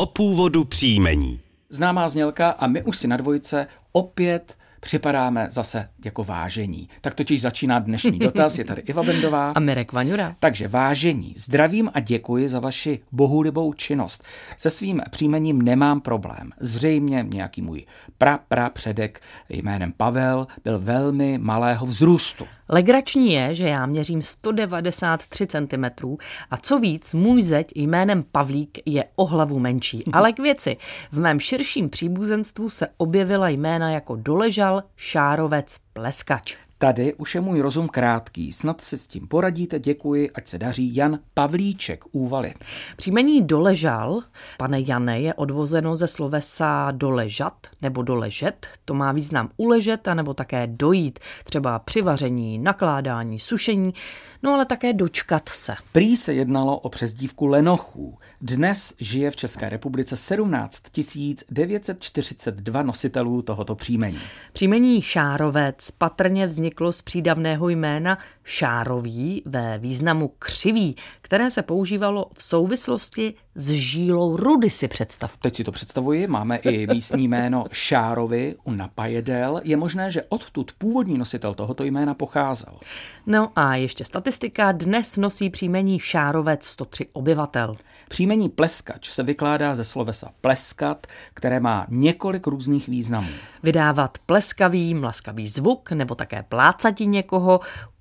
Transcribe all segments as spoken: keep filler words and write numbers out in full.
O původu příjmení. Známá znělka a my už si na dvojce opět připadáme zase jako vážení. Tak totiž začíná dnešní dotaz, je tady Iva Bendová. A Mirek Vaňura. Takže vážení, zdravím a děkuji za vaši bohulibou činnost. Se svým příjmením nemám problém. Zřejmě nějaký můj pra, pra předek jménem Pavel byl velmi malého vzrůstu. Legrační je, že já měřím sto devadesát tři centimetrů a co víc, můj zeď jménem Pavlík je o hlavu menší. Ale k věci. V mém širším příbuzenstvu se objevila jména jako Doležal, Šárovec, Pleskač. Tady už je můj rozum krátký, snad si s tím poradíte, děkuji, ať se daří. Jan Pavlíček, Úvaly. Příjmení Doležal, pane Jane, je odvozeno ze slovesa doležat nebo doležet. To má význam uležet anebo také dojít, třeba při vaření, nakládání, sušení, no ale také dočkat se. Prý se jednalo o přezdívku lenochů. Dnes žije v České republice sedmnáct tisíc devět set čtyřicet dva nositelů tohoto příjmení. Příjmení Šárovec patrně vzniklo z přídavného jména šárový ve významu křivý, které se používalo v souvislosti s žílou rudy, si představ. Teď si to představuji, máme i místní jméno Šárovy u Napajedel. Je možné, že odtud původní nositel tohoto jména pocházel. No a ještě statistika, dnes nosí příjmení Šárovec sto tři obyvatel. Příjmení Pleskač se vykládá ze slovesa pleskat, které má několik různých významů. Vydávat pleskavý, mlaskavý zvuk, nebo také plácati někoho,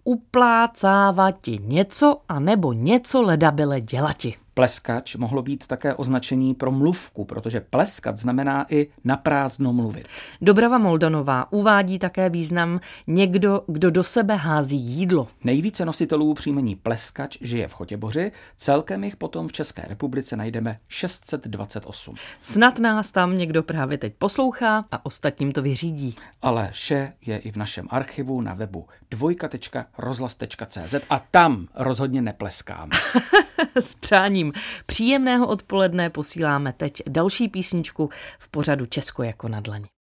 uplácávati něco a nebo něco ledabyle dělati. Pleskač mohlo být také označení pro mluvku, protože pleskat znamená i naprázdno mluvit. Dobrava Moldanová uvádí také význam někdo, kdo do sebe hází jídlo. Nejvíce nositelů příjmení Pleskač žije v Chotěboři, celkem jich potom v České republice najdeme šest set dvacet osm. Snad nás tam někdo právě teď poslouchá a ostatním to vyřídí. Ale vše je i v našem archivu na webu dvojka tečka rozhlas tečka cé zet a tam rozhodně nepleskáme. S přáním příjemného odpoledne posíláme teď další písničku v pořadu Česko jako na dlani.